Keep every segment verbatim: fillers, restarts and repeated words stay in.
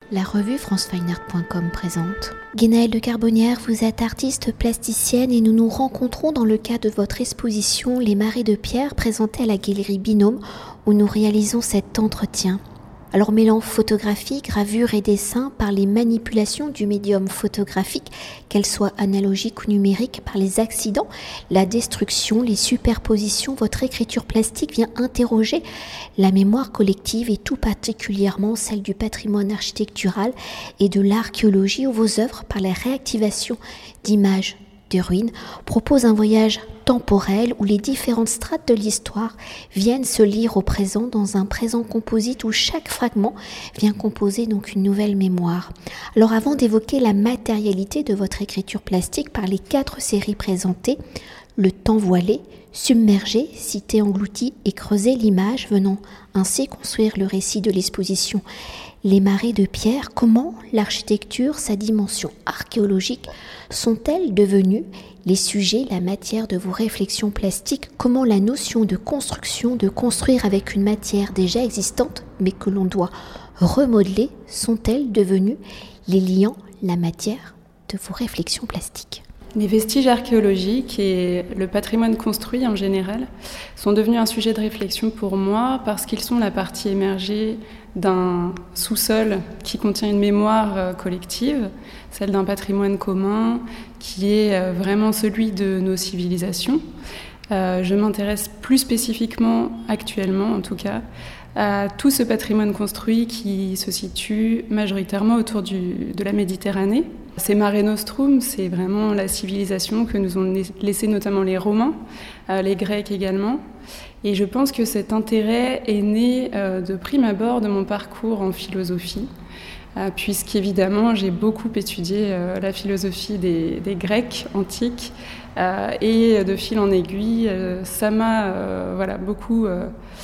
La revue france fine art point com présente. Guénaëlle de Carbonnières, vous êtes artiste plasticienne et nous nous rencontrons dans le cadre de votre exposition Les Marées de Pierre présentée à la Galerie Binôme où nous réalisons cet entretien. Alors mêlant photographie, gravure et dessin par les manipulations du médium photographique, qu'elles soient analogiques ou numériques, par les accidents, la destruction, les superpositions, votre écriture plastique vient interroger la mémoire collective et tout particulièrement celle du patrimoine architectural et de l'archéologie où vos œuvres, par la réactivation d'images de ruines, proposent un voyage temporel où les différentes strates de l'histoire viennent se lire au présent dans un présent composite où chaque fragment vient composer donc une nouvelle mémoire. Alors avant d'évoquer la matérialité de votre écriture plastique par les quatre séries présentées, le temps voilé, submergé, cité englouti et creuser l'image venant ainsi construire le récit de l'exposition Les Marées de Pierre, comment l'architecture, sa dimension archéologique sont-elles devenues les sujets, la matière de vos réflexions plastiques? Comment la notion de construction, de construire avec une matière déjà existante, mais que l'on doit remodeler, sont-elles devenues les liants, la matière de vos réflexions plastiques? Les vestiges archéologiques et le patrimoine construit en général sont devenus un sujet de réflexion pour moi parce qu'ils sont la partie émergée d'un sous-sol qui contient une mémoire collective, celle d'un patrimoine commun qui est vraiment celui de nos civilisations. Euh, je m'intéresse plus spécifiquement, actuellement en tout cas, à tout ce patrimoine construit qui se situe majoritairement autour du, de la Méditerranée. C'est Mare Nostrum, c'est vraiment la civilisation que nous ont laissé notamment les Romains, euh, les Grecs également. Et je pense que cet intérêt est né euh, de prime abord de mon parcours en philosophie, euh, puisqu'évidemment j'ai beaucoup étudié euh, la philosophie des, des Grecs antiques, euh, et de fil en aiguille, euh, ça m'a euh, voilà, beaucoup euh,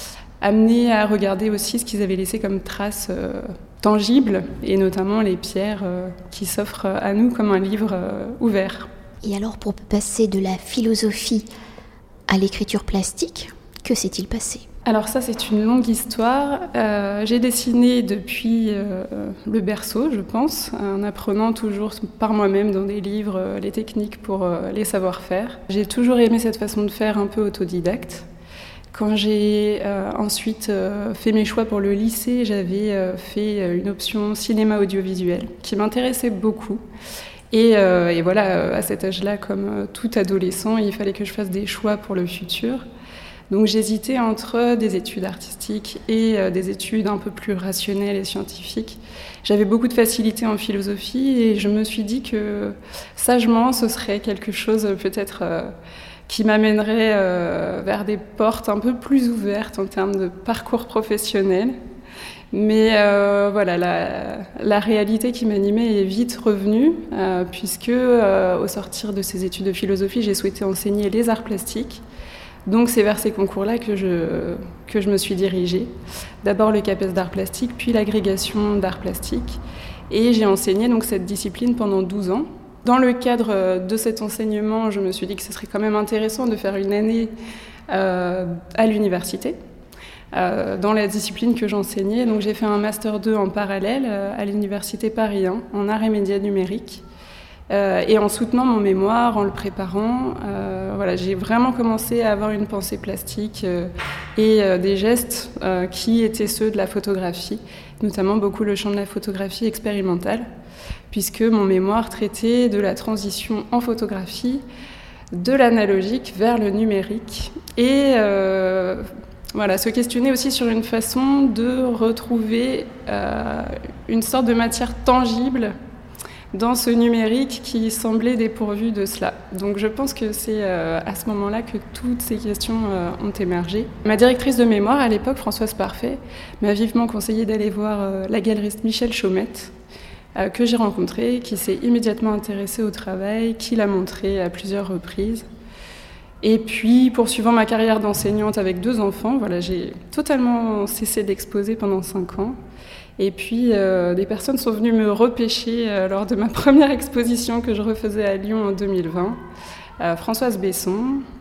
amené à regarder aussi ce qu'ils avaient laissé comme traces euh, tangibles, et notamment les pierres euh, qui s'offrent à nous comme un livre euh, ouvert. Et alors pour passer de la philosophie à l'écriture plastique, que s'est-il passé ? Alors ça, c'est une longue histoire. Euh, j'ai dessiné depuis euh, le berceau, je pense, en apprenant toujours par moi-même dans des livres euh, les techniques pour euh, les savoir-faire. J'ai toujours aimé cette façon de faire un peu autodidacte. Quand j'ai euh, ensuite euh, fait mes choix pour le lycée, j'avais euh, fait une option cinéma audiovisuel qui m'intéressait beaucoup. Et, euh, et voilà, à cet âge-là, comme tout adolescent, il fallait que je fasse des choix pour le futur. Donc j'hésitais entre des études artistiques et euh, des études un peu plus rationnelles et scientifiques. J'avais beaucoup de facilité en philosophie et je me suis dit que sagement, ce serait quelque chose peut-être euh, qui m'amènerait euh, vers des portes un peu plus ouvertes en termes de parcours professionnel. Mais euh, voilà, la, la réalité qui m'animait est vite revenue, euh, puisque euh, au sortir de ces études de philosophie, j'ai souhaité enseigner les arts plastiques. Donc c'est vers ces concours-là que je, que je me suis dirigée. D'abord le CAPES d'art plastique, puis l'agrégation d'art plastique. Et j'ai enseigné donc cette discipline pendant douze ans. Dans le cadre de cet enseignement, je me suis dit que ce serait quand même intéressant de faire une année euh, à l'université, euh, dans la discipline que j'enseignais. Donc j'ai fait un master deux en parallèle euh, à l'université Paris un, en arts et médias numériques. Euh, et en soutenant mon mémoire, en le préparant, euh, voilà, j'ai vraiment commencé à avoir une pensée plastique euh, et euh, des gestes euh, qui étaient ceux de la photographie, notamment beaucoup le champ de la photographie expérimentale, puisque mon mémoire traitait de la transition en photographie, de l'analogique vers le numérique, et euh, voilà, se questionner aussi sur une façon de retrouver euh, une sorte de matière tangible dans ce numérique qui semblait dépourvu de cela. Donc je pense que c'est euh, à ce moment-là que toutes ces questions euh, ont émergé. Ma directrice de mémoire à l'époque, Françoise Parfait, m'a vivement conseillé d'aller voir euh, la galeriste Michel Chaumette, euh, que j'ai rencontrée, qui s'est immédiatement intéressée au travail, qui l'a montré à plusieurs reprises. Et puis, poursuivant ma carrière d'enseignante avec deux enfants, voilà, j'ai totalement cessé d'exposer pendant cinq ans. Et puis, euh, des personnes sont venues me repêcher euh, lors de ma première exposition que je refaisais à Lyon en deux mille vingt. Euh, Françoise Besson,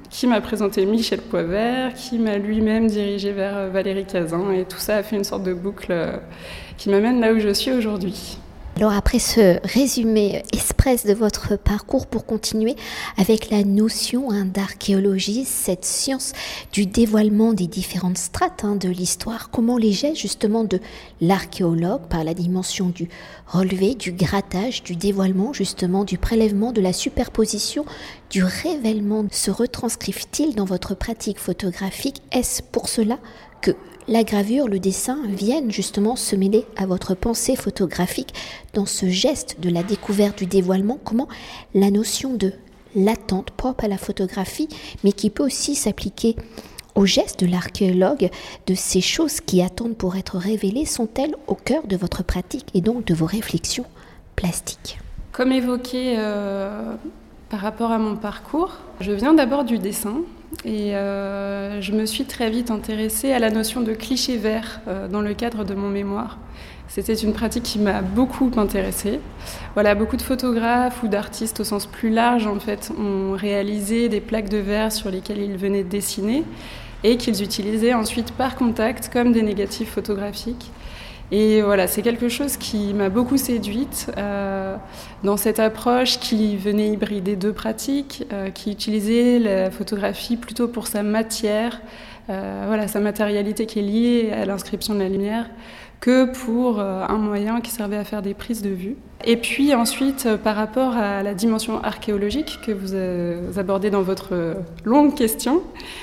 qui m'a présenté Michel Poivert, qui m'a lui-même dirigé vers Valérie Cazin. Et tout ça a fait une sorte de boucle qui m'amène là où je suis aujourd'hui. Alors après ce résumé express de votre parcours, pour continuer avec la notion hein, d'archéologie, cette science du dévoilement des différentes strates hein, de l'histoire, comment les gestes justement de l'archéologue par la dimension du relevé, du grattage, du dévoilement justement, du prélèvement, de la superposition, du révèlement se retranscrivent-ils dans votre pratique photographique? Est-ce pour cela que la gravure, le dessin viennent justement se mêler à votre pensée photographique dans ce geste de la découverte du dévoilement? Comment la notion de l'attente propre à la photographie, mais qui peut aussi s'appliquer au geste de l'archéologue, de ces choses qui attendent pour être révélées, sont-elles au cœur de votre pratique et donc de vos réflexions plastiques? Comme évoqué euh, par rapport à mon parcours, je viens d'abord du dessin. Et euh, je me suis très vite intéressée à la notion de cliché vert euh, dans le cadre de mon mémoire. C'était une pratique qui m'a beaucoup intéressée. Voilà, beaucoup de photographes ou d'artistes au sens plus large en fait, ont réalisé des plaques de verre sur lesquelles ils venaient de dessiner et qu'ils utilisaient ensuite par contact comme des négatifs photographiques. Et voilà, c'est quelque chose qui m'a beaucoup séduite euh, dans cette approche qui venait hybrider deux pratiques, euh, qui utilisait la photographie plutôt pour sa matière, euh, voilà, sa matérialité qui est liée à l'inscription de la lumière, que pour euh, un moyen qui servait à faire des prises de vue. Et puis ensuite, euh, par rapport à la dimension archéologique que vous euh, abordez dans votre longue question,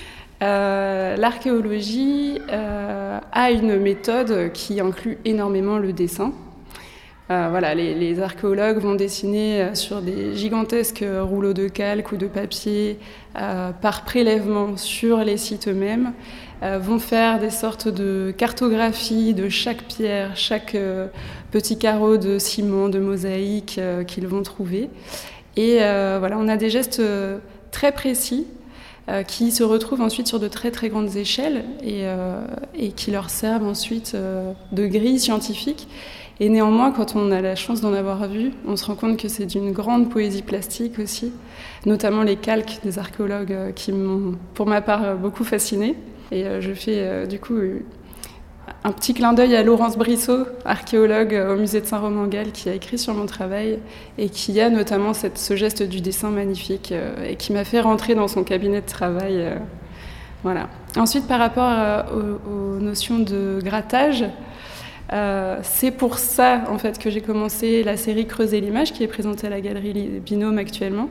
Euh, l'archéologie euh, a une méthode qui inclut énormément le dessin. Euh, voilà, les, les archéologues vont dessiner sur des gigantesques rouleaux de calque ou de papier euh, par prélèvement sur les sites eux-mêmes, euh, vont faire des sortes de cartographie de chaque pierre, chaque euh, petit carreau de ciment, de mosaïque euh, qu'ils vont trouver. Et euh, voilà, on a des gestes euh, très précis Euh, qui se retrouvent ensuite sur de très très grandes échelles et, euh, et qui leur servent ensuite euh, de grille scientifique. Et néanmoins, quand on a la chance d'en avoir vu, on se rend compte que c'est d'une grande poésie plastique aussi, notamment les calques des archéologues euh, qui m'ont, pour ma part, euh, beaucoup fascinée. Et euh, je fais euh, du coup euh, un petit clin d'œil à Laurence Brissot, archéologue au musée de Saint-Romain-Gall, qui a écrit sur mon travail et qui a notamment cette, ce geste du dessin magnifique euh, et qui m'a fait rentrer dans son cabinet de travail. Euh, voilà. Ensuite, par rapport à, aux, aux notions de grattage, euh, c'est pour ça en fait, que j'ai commencé la série Creuser l'image, qui est présentée à la galerie Binôme actuellement.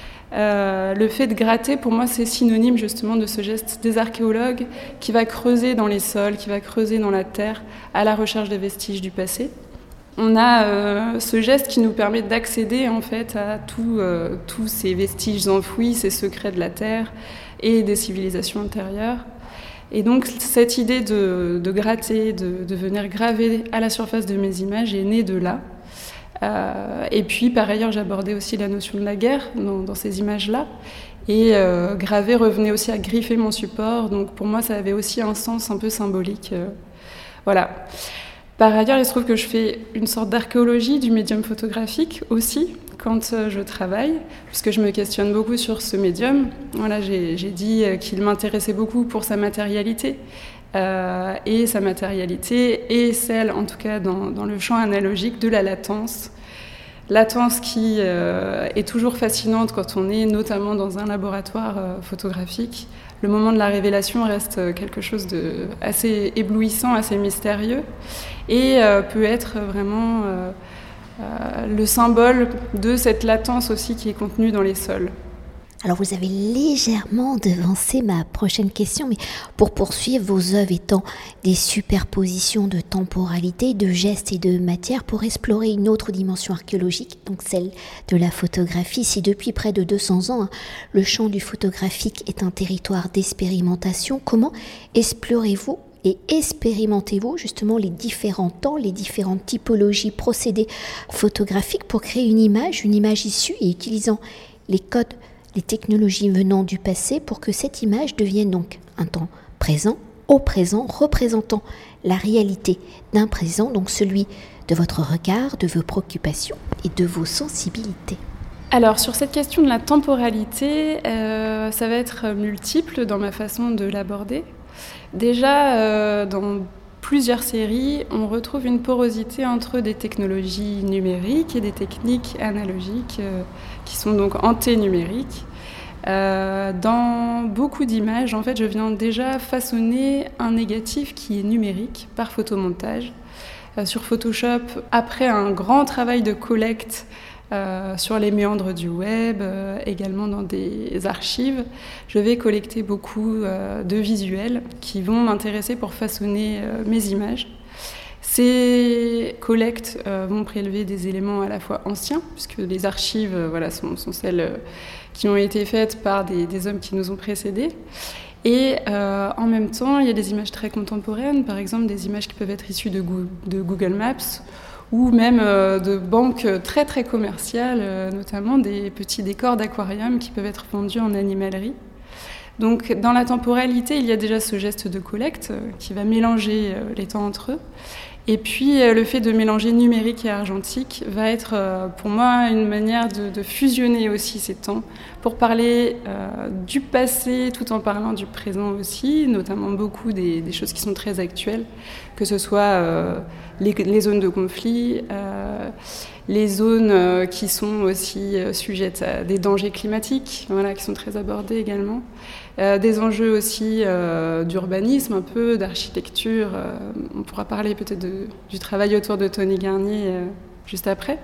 Euh, le fait de gratter, pour moi, c'est synonyme justement de ce geste des archéologues qui va creuser dans les sols, qui va creuser dans la terre à la recherche des vestiges du passé. On a euh, ce geste qui nous permet d'accéder en fait à tout, euh, tous ces vestiges enfouis, ces secrets de la terre et des civilisations antérieures. Et donc cette idée de, de gratter, de, de venir graver à la surface de mes images est née de là. Euh, et puis, par ailleurs, j'abordais aussi la notion de la guerre dans, dans ces images-là. Et euh, graver revenait aussi à griffer mon support. Donc, pour moi, ça avait aussi un sens un peu symbolique. Euh, voilà. Par ailleurs, il se trouve que je fais une sorte d'archéologie du médium photographique aussi quand euh, je travaille, puisque je me questionne beaucoup sur ce médium. Voilà, j'ai, j'ai dit qu'il m'intéressait beaucoup pour sa matérialité. Euh, et sa matérialité et celle, en tout cas dans, dans le champ analogique, de la latence. Latence qui euh, est toujours fascinante quand on est notamment dans un laboratoire euh, photographique. Le moment de la révélation reste quelque chose de assez éblouissant, assez mystérieux et euh, peut être vraiment euh, euh, le symbole de cette latence aussi qui est contenue dans les sols. Alors vous avez légèrement devancé ma prochaine question, mais pour poursuivre, vos œuvres étant des superpositions de temporalité, de gestes et de matière, pour explorer une autre dimension archéologique, donc celle de la photographie. Si depuis près de deux cents ans, hein, le champ du photographique est un territoire d'expérimentation, comment explorez-vous et expérimentez-vous justement les différents temps, les différentes typologies, procédés photographiques pour créer une image, une image issue et utilisant les codes, les technologies venant du passé pour que cette image devienne donc un temps présent, au présent, représentant la réalité d'un présent, donc celui de votre regard, de vos préoccupations et de vos sensibilités. Alors sur cette question de la temporalité, euh, ça va être multiple dans ma façon de l'aborder. Déjà, euh, dans plusieurs séries, on retrouve une porosité entre des technologies numériques et des techniques analogiques euh, qui sont donc anténumériques. Euh, dans beaucoup d'images, en fait, je viens déjà façonner un négatif qui est numérique par photomontage. Euh, sur Photoshop, après un grand travail de collecte euh, sur les méandres du web, euh, également dans des archives, je vais collecter beaucoup euh, de visuels qui vont m'intéresser pour façonner euh, mes images. Ces collectes euh, vont prélever des éléments à la fois anciens, puisque les archives euh, voilà, sont, sont celles euh, qui ont été faites par des, des hommes qui nous ont précédés. Et euh, en même temps, il y a des images très contemporaines, par exemple des images qui peuvent être issues de, Go- de Google Maps, ou même euh, de banques très très commerciales, euh, notamment des petits décors d'aquarium qui peuvent être vendus en animalerie. Donc dans la temporalité, il y a déjà ce geste de collecte euh, qui va mélanger euh, les temps entre eux. Et puis euh, le fait de mélanger numérique et argentique va être euh, pour moi une manière de, de fusionner aussi ces temps pour parler euh, du passé tout en parlant du présent aussi, notamment beaucoup des, des choses qui sont très actuelles, que ce soit euh, les, les zones de conflit, euh, les zones euh, qui sont aussi euh, sujettes à des dangers climatiques, voilà, qui sont très abordés également. Euh, des enjeux aussi euh, d'urbanisme, un peu d'architecture. Euh, on pourra parler peut-être de, du travail autour de Tony Garnier euh, juste après.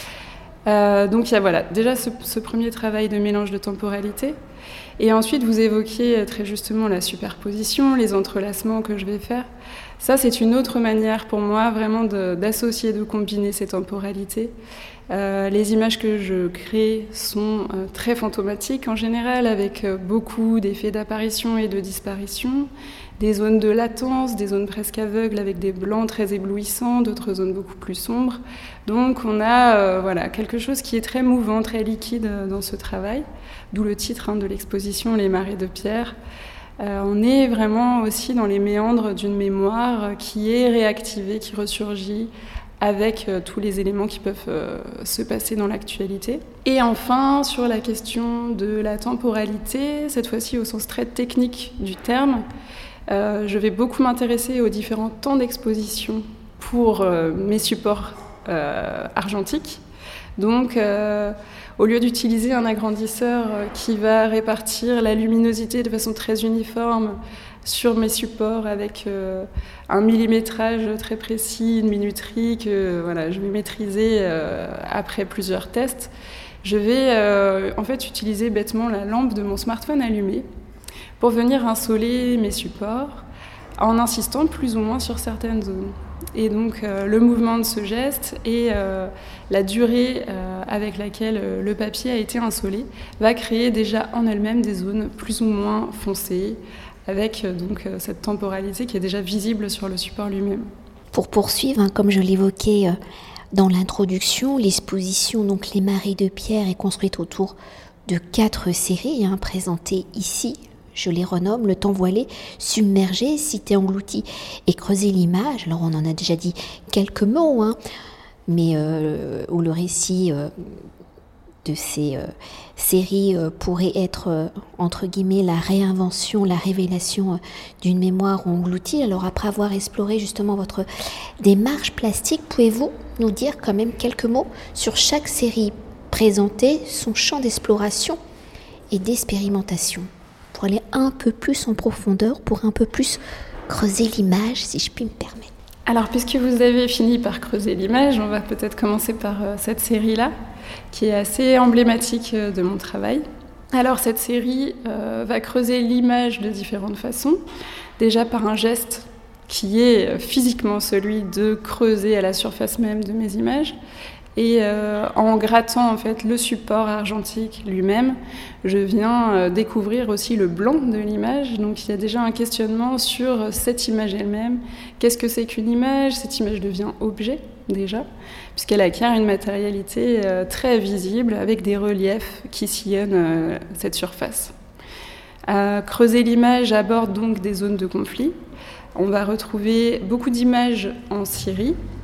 Euh, donc il y a voilà, déjà ce, ce premier travail de mélange de temporalité. Et ensuite, vous évoquiez très justement la superposition, les entrelacements que je vais faire. Ça, c'est une autre manière pour moi vraiment de, d'associer, de combiner ces temporalités. Euh, les images que je crée sont euh, très fantomatiques en général, avec euh, beaucoup d'effets d'apparition et de disparition, des zones de latence, des zones presque aveugles avec des blancs très éblouissants, d'autres zones beaucoup plus sombres. Donc on a euh, voilà, quelque chose qui est très mouvant, très liquide euh, dans ce travail, d'où le titre hein, de l'exposition « Les marées de pierre ». Euh, on est vraiment aussi dans les méandres d'une mémoire euh, qui est réactivée, qui ressurgit, avec euh, tous les éléments qui peuvent euh, se passer dans l'actualité. Et enfin, sur la question de la temporalité, cette fois-ci au sens très technique du terme, euh, je vais beaucoup m'intéresser aux différents temps d'exposition pour euh, mes supports euh, argentiques. Donc, euh, au lieu d'utiliser un agrandisseur euh, qui va répartir la luminosité de façon très uniforme sur mes supports avec euh, un millimétrage très précis, une minuterie que voilà, je vais maîtriser euh, après plusieurs tests, je vais euh, en fait utiliser bêtement la lampe de mon smartphone allumée pour venir insoler mes supports en insistant plus ou moins sur certaines zones. Et donc euh, le mouvement de ce geste et euh, la durée euh, avec laquelle euh, le papier a été insolé va créer déjà en elle-même des zones plus ou moins foncées, avec euh, donc euh, cette temporalité qui est déjà visible sur le support lui-même. Pour poursuivre, hein, comme je l'évoquais euh, dans l'introduction, l'exposition donc Les marées de pierre est construite autour de quatre séries hein, présentées ici. Je les renomme Le temps voilé, Submergé, Cité engloutie et Creuser l'image. Alors on en a déjà dit quelques mots, hein, mais euh, où le récit euh, de ces euh, séries euh, pourrait être, euh, entre guillemets, la réinvention, la révélation euh, d'une mémoire engloutie. Alors après avoir exploré justement votre démarche plastique, pouvez-vous nous dire quand même quelques mots sur chaque série présentée, son champ d'exploration et d'expérimentation, pour aller un peu plus en profondeur, pour un peu plus creuser l'image, si je puis me permettre. Alors, puisque vous avez fini par creuser l'image, on va peut-être commencer par euh, cette série-là, qui est assez emblématique euh, de mon travail. Alors, cette série euh, va creuser l'image de différentes façons. Déjà par un geste qui est euh, physiquement celui de creuser à la surface même de mes images. Et euh, en grattant en fait le support argentique lui-même, je viens euh, découvrir aussi le blanc de l'image. Donc il y a déjà un questionnement sur cette image elle-même. Qu'est-ce que c'est qu'une image ? Cette image devient objet déjà, puisqu'elle acquiert une matérialité euh, très visible avec des reliefs qui sillonnent euh, cette surface. Euh, creuser l'image aborde donc des zones de conflit. On va retrouver beaucoup d'images en Syrie,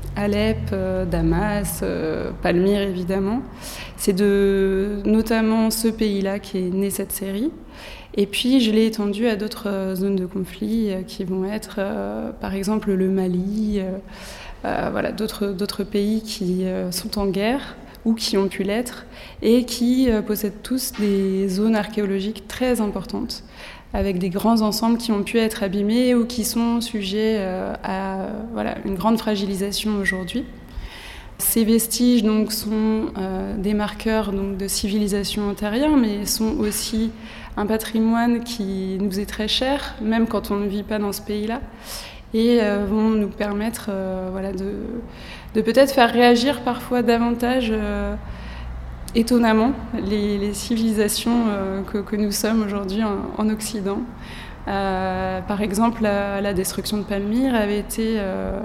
Alep, euh, Damas, euh, Palmyre évidemment. C'est de notamment ce pays-là qui est née cette série. Et puis je l'ai étendue à d'autres euh, zones de conflit euh, qui vont être euh, par exemple le Mali, euh, euh, voilà, d'autres, d'autres pays qui euh, sont en guerre ou qui ont pu l'être et qui euh, possèdent tous des zones archéologiques très importantes, avec des grands ensembles qui ont pu être abîmés ou qui sont sujets euh, à euh, voilà, une grande fragilisation aujourd'hui. Ces vestiges donc, sont euh, des marqueurs donc, de civilisation antérieure, mais sont aussi un patrimoine qui nous est très cher, même quand on ne vit pas dans ce pays-là, et euh, vont nous permettre euh, voilà, de, de peut-être faire réagir parfois davantage euh, étonnamment les, les civilisations euh, que, que nous sommes aujourd'hui en, en Occident. Euh, par exemple, la, la destruction de Palmyre avait été euh,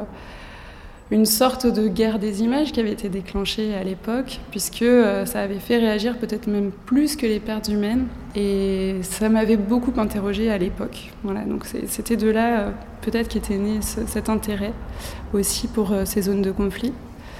une sorte de guerre des images qui avait été déclenchée à l'époque, puisque euh, ça avait fait réagir peut-être même plus que les pertes humaines, et ça m'avait beaucoup interrogée à l'époque. Voilà, donc c'est, c'était de là euh, peut-être qu'était né ce, cet intérêt aussi pour euh, ces zones de conflit.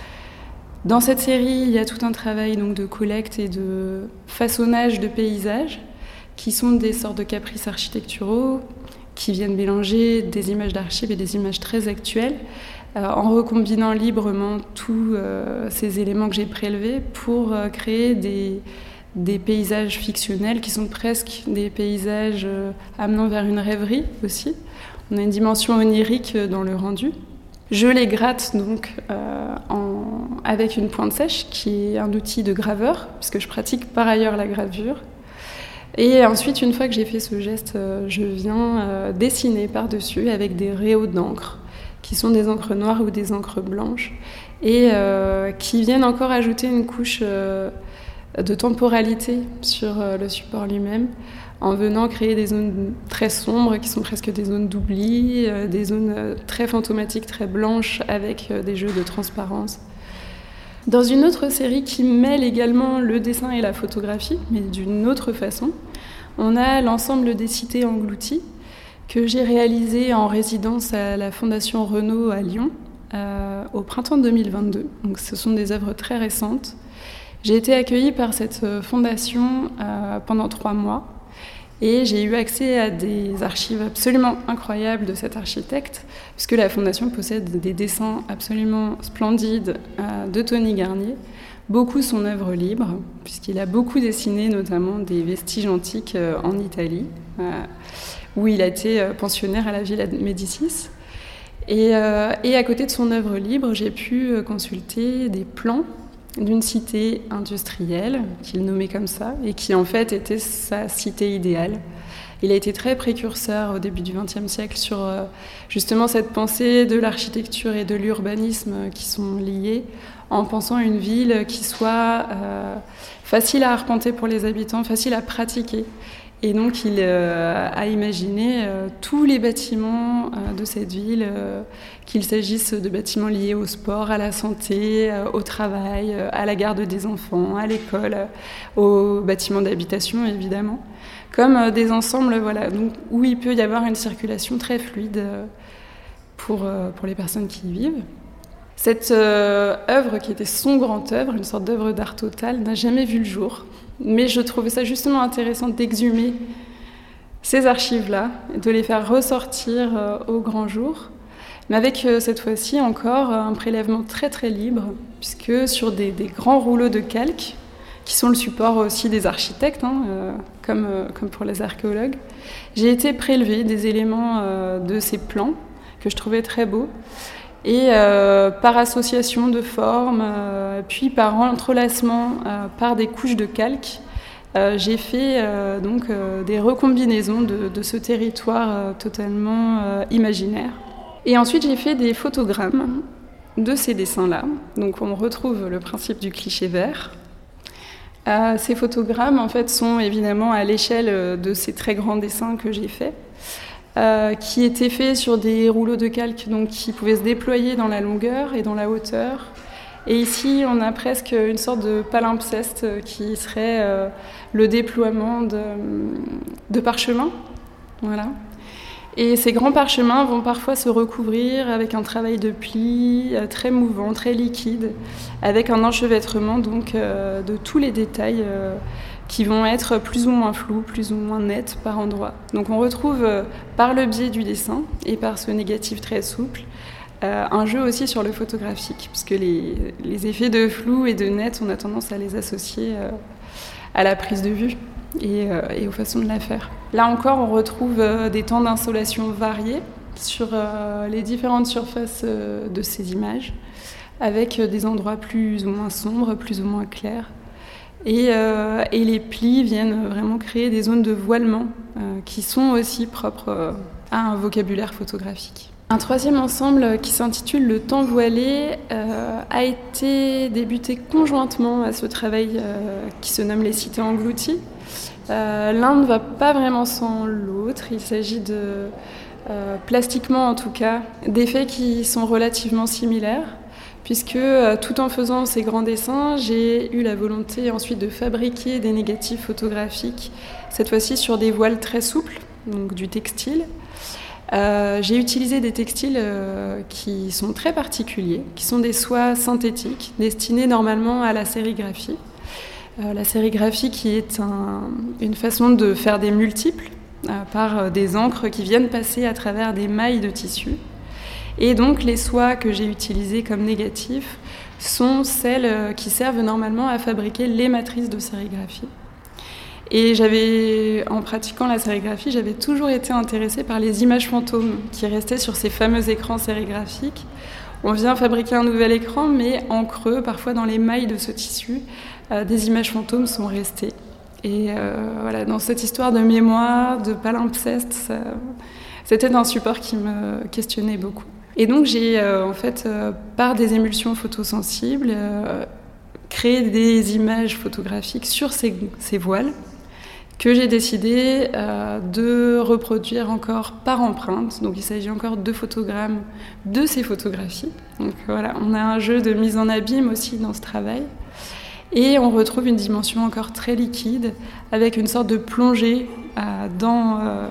Dans cette série, il y a tout un travail donc, de collecte et de façonnage de paysages qui sont des sortes de caprices architecturaux qui viennent mélanger des images d'archives et des images très actuelles euh, en recombinant librement tous euh, ces éléments que j'ai prélevés pour euh, créer des, des paysages fictionnels qui sont presque des paysages euh, amenant vers une rêverie aussi. On a une dimension onirique dans le rendu. Je les gratte donc euh, en, avec une pointe sèche qui est un outil de graveur, puisque je pratique par ailleurs la gravure. Et ensuite, une fois que j'ai fait ce geste, euh, je viens euh, dessiner par-dessus avec des réaux d'encre, qui sont des encres noires ou des encres blanches, et euh, qui viennent encore ajouter une couche euh, de temporalité sur euh, le support lui-même, en venant créer des zones très sombres, qui sont presque des zones d'oubli, euh, des zones euh, très fantomatiques, très blanches, avec euh, des jeux de transparence. Dans une autre série qui mêle également le dessin et la photographie, mais d'une autre façon, on a l'ensemble des cités englouties, que j'ai réalisé en résidence à la Fondation Renault à Lyon, euh, au printemps deux mille vingt-deux. Donc, ce sont des œuvres très récentes. J'ai été accueillie par cette fondation euh, pendant trois mois. Et j'ai eu accès à des archives absolument incroyables de cet architecte, puisque la Fondation possède des dessins absolument splendides euh, de Tony Garnier, beaucoup son œuvre libre, puisqu'il a beaucoup dessiné notamment des vestiges antiques euh, en Italie, euh, où il a été euh, pensionnaire à la Villa Médicis. Et, euh, et à côté de son œuvre libre, j'ai pu euh, consulter des plans d'une cité industrielle, qu'il nommait comme ça, et qui en fait était sa cité idéale. Il a été très précurseur au début du vingtième siècle sur euh, justement cette pensée de l'architecture et de l'urbanisme qui sont liés, en pensant à une ville qui soit euh, facile à arpenter pour les habitants, facile à pratiquer. Et donc il euh, a imaginé euh, tous les bâtiments euh, de cette ville, euh, qu'il s'agisse de bâtiments liés au sport, à la santé, euh, au travail, euh, à la garde des enfants, à l'école, euh, aux bâtiments d'habitation évidemment, comme euh, des ensembles voilà, donc, où il peut y avoir une circulation très fluide euh, pour, euh, pour les personnes qui y vivent. Cette euh, œuvre, qui était son grand œuvre, une sorte d'œuvre d'art total, n'a jamais vu le jour. Mais je trouvais ça justement intéressant d'exhumer ces archives-là, de les faire ressortir euh, au grand jour, mais avec euh, cette fois-ci encore un prélèvement très très libre, puisque sur des, des grands rouleaux de calque, qui sont le support aussi des architectes, hein, euh, comme, euh, comme pour les archéologues, j'ai été prélever des éléments euh, de ces plans que je trouvais très beaux, et euh, par association de formes, euh, puis par entrelacement, euh, par des couches de calque, euh, j'ai fait euh, donc, euh, des recombinaisons de, de ce territoire euh, totalement euh, imaginaire. Et ensuite, j'ai fait des photogrammes de ces dessins-là. Donc, on retrouve le principe du cliché vert. Euh, ces photogrammes, en fait, sont évidemment à l'échelle de ces très grands dessins que j'ai faits. Euh, qui étaient faits sur des rouleaux de calque donc, qui pouvaient se déployer dans la longueur et dans la hauteur. Et ici, on a presque une sorte de palimpseste qui serait euh, le déploiement de, de parchemin. Voilà. Et ces grands parchemins vont parfois se recouvrir avec un travail de pli euh, très mouvant, très liquide, avec un enchevêtrement donc, euh, de tous les détails euh, qui vont être plus ou moins flous, plus ou moins nets par endroits. Donc on retrouve euh, par le biais du dessin et par ce négatif très souple, euh, un jeu aussi sur le photographique, puisque les, les effets de flou et de net, on a tendance à les associer euh, à la prise de vue. Et, euh, et aux façons de la faire. Là encore, on retrouve euh, des temps d'insolation variés sur euh, les différentes surfaces euh, de ces images, avec euh, des endroits plus ou moins sombres, plus ou moins clairs. Et, euh, et les plis viennent vraiment créer des zones de voilement euh, qui sont aussi propres euh, à un vocabulaire photographique. Un troisième ensemble qui s'intitule Le temps voilé euh, a été débuté conjointement à ce travail euh, qui se nomme Les cités englouties. Euh, l'un ne va pas vraiment sans l'autre. Il s'agit de, euh, plastiquement en tout cas, d'effets qui sont relativement similaires, puisque euh, tout en faisant ces grands dessins, j'ai eu la volonté ensuite de fabriquer des négatifs photographiques, cette fois-ci sur des voiles très souples, donc du textile. Euh, j'ai utilisé des textiles euh, qui sont très particuliers, qui sont des soies synthétiques, destinées normalement à la sérigraphie. Euh, la sérigraphie qui est un, une façon de faire des multiples euh, par euh, des encres qui viennent passer à travers des mailles de tissu. Et donc les soies que j'ai utilisées comme négatifs sont celles euh, qui servent normalement à fabriquer les matrices de sérigraphie. Et j'avais, en pratiquant la sérigraphie, j'avais toujours été intéressée par les images fantômes qui restaient sur ces fameux écrans sérigraphiques. On vient fabriquer un nouvel écran, mais en creux, parfois dans les mailles de ce tissu, euh, des images fantômes sont restées. Et euh, voilà, dans cette histoire de mémoire, de palimpseste, ça, c'était un support qui me questionnait beaucoup. Et donc j'ai, euh, en fait, euh, par des émulsions photosensibles, euh, créé des images photographiques sur ces, ces voiles, que j'ai décidé euh, de reproduire encore par empreinte. Donc il s'agit encore de photogrammes de ces photographies. Donc voilà, on a un jeu de mise en abîme aussi dans ce travail. Et on retrouve une dimension encore très liquide, avec une sorte de plongée euh, dans, euh,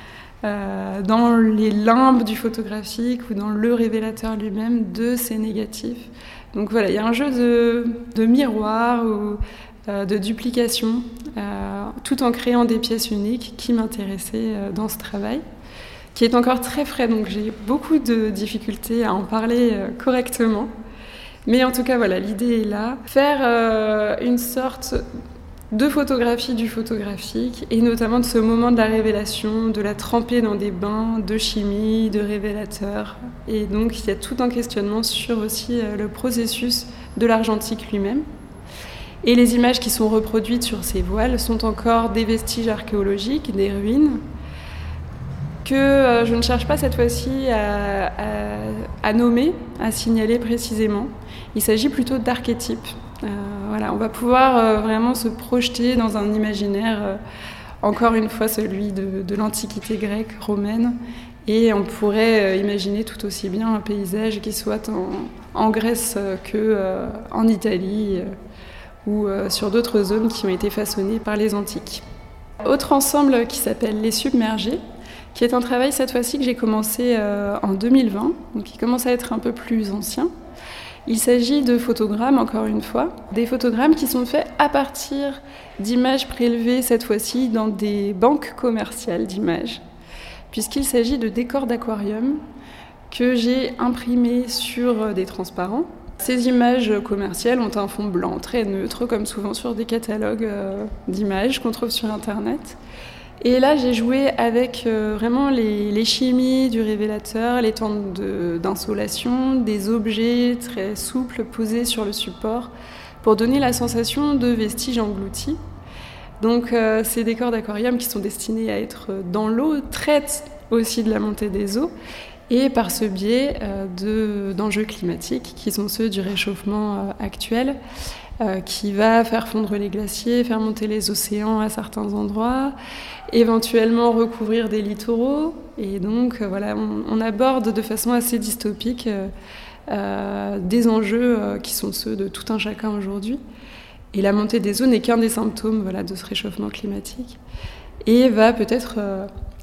euh, dans les limbes du photographique ou dans le révélateur lui-même de ces négatifs. Donc voilà, il y a un jeu de, de miroir ou euh, de duplication, euh, tout en créant des pièces uniques qui m'intéressaient euh, dans ce travail, qui est encore très frais, donc j'ai beaucoup de difficultés à en parler euh, correctement. Mais en tout cas, voilà, l'idée est là. Faire euh, une sorte de photographie du photographique, et notamment de ce moment de la révélation, de la tremper dans des bains de chimie, de révélateurs. Et donc, il y a tout un questionnement sur aussi euh, le processus de l'argentique lui-même. Et les images qui sont reproduites sur ces voiles sont encore des vestiges archéologiques, des ruines, que euh, je ne cherche pas cette fois-ci à, à, à nommer, à signaler précisément. Il s'agit plutôt d'archétypes. Euh, voilà, on va pouvoir euh, vraiment se projeter dans un imaginaire, euh, encore une fois celui de, de l'Antiquité grecque, romaine, et on pourrait euh, imaginer tout aussi bien un paysage qui soit en, en Grèce euh, que euh, en Italie, euh, ou euh, sur d'autres zones qui ont été façonnées par les Antiques. Autre ensemble qui s'appelle Les Submergés, qui est un travail cette fois-ci que j'ai commencé euh, en deux mille vingt, donc qui commence à être un peu plus ancien. Il s'agit de photogrammes, encore une fois, des photogrammes qui sont faits à partir d'images prélevées cette fois-ci dans des banques commerciales d'images, puisqu'il s'agit de décors d'aquarium que j'ai imprimés sur des transparents. Ces images commerciales ont un fond blanc très neutre, comme souvent sur des catalogues euh, d'images qu'on trouve sur Internet. Et là, j'ai joué avec euh, vraiment les, les chimies du révélateur, les temps de, d'insolation, des objets très souples posés sur le support pour donner la sensation de vestiges engloutis. Donc, euh, ces décors d'aquarium qui sont destinés à être dans l'eau traitent aussi de la montée des eaux et par ce biais euh, de, d'enjeux climatiques qui sont ceux du réchauffement euh, actuel, euh, qui va faire fondre les glaciers, faire monter les océans à certains endroits, éventuellement recouvrir des littoraux. Et donc, euh, voilà, on, on aborde de façon assez dystopique euh, euh, des enjeux euh, qui sont ceux de tout un chacun aujourd'hui. Et la montée des eaux n'est qu'un des symptômes, voilà, de ce réchauffement climatique et va peut-être euh,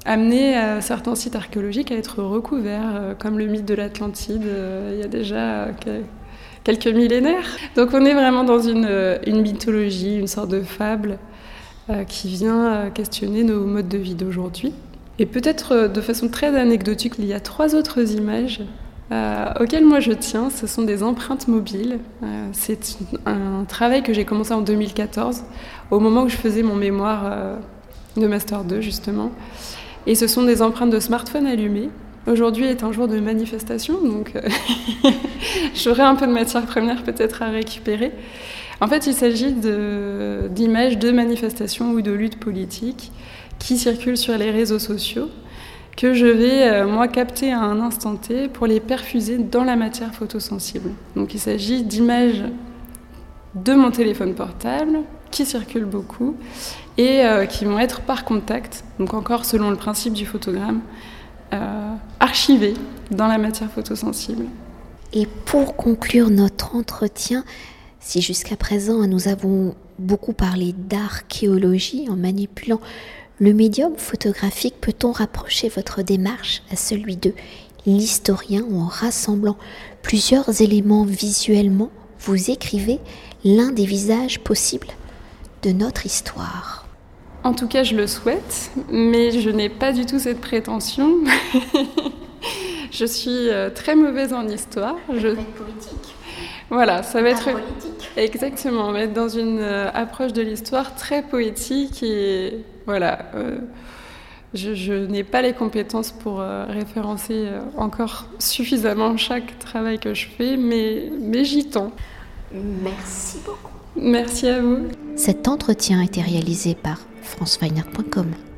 amené euh, certains sites archéologiques à être recouverts, euh, comme le mythe de l'Atlantide, euh, il y a déjà euh, quelques millénaires. Donc on est vraiment dans une, une mythologie, une sorte de fable euh, qui vient euh, questionner nos modes de vie d'aujourd'hui. Et peut-être euh, de façon très anecdotique, il y a trois autres images euh, auxquelles moi je tiens. Ce sont des empreintes mobiles. Euh, c'est un travail que j'ai commencé en deux mille quatorze, au moment où je faisais mon mémoire euh, de Master deux justement. Et ce sont des empreintes de smartphone allumées. Aujourd'hui est un jour de manifestation, donc euh, j'aurai un peu de matière première peut-être à récupérer. En fait, il s'agit de, d'images de manifestations ou de luttes politiques qui circulent sur les réseaux sociaux, que je vais, euh, moi, capter à un instant T pour les perfuser dans la matière photosensible. Donc il s'agit d'images de mon téléphone portable, qui circulent beaucoup, et euh, qui vont être par contact, donc encore selon le principe du photogramme, Euh, archivés dans la matière photosensible. Et pour conclure notre entretien, si jusqu'à présent nous avons beaucoup parlé d'archéologie en manipulant le médium photographique, peut-on rapprocher votre démarche à celui de l'historien en rassemblant plusieurs éléments visuellement, vous écrivez l'un des visages possibles de notre histoire? En tout cas, je le souhaite, mais je n'ai pas du tout cette prétention. Je suis euh, très mauvaise en histoire. Ça je... va être politique. Voilà, ça va être... politique. Exactement, on va être dans une euh, approche de l'histoire très poétique et voilà. Euh, je, je n'ai pas les compétences pour euh, référencer euh, encore suffisamment chaque travail que je fais, mais, mais j'y tends. Merci beaucoup. Merci à vous. Cet entretien a été réalisé par france fine art point com.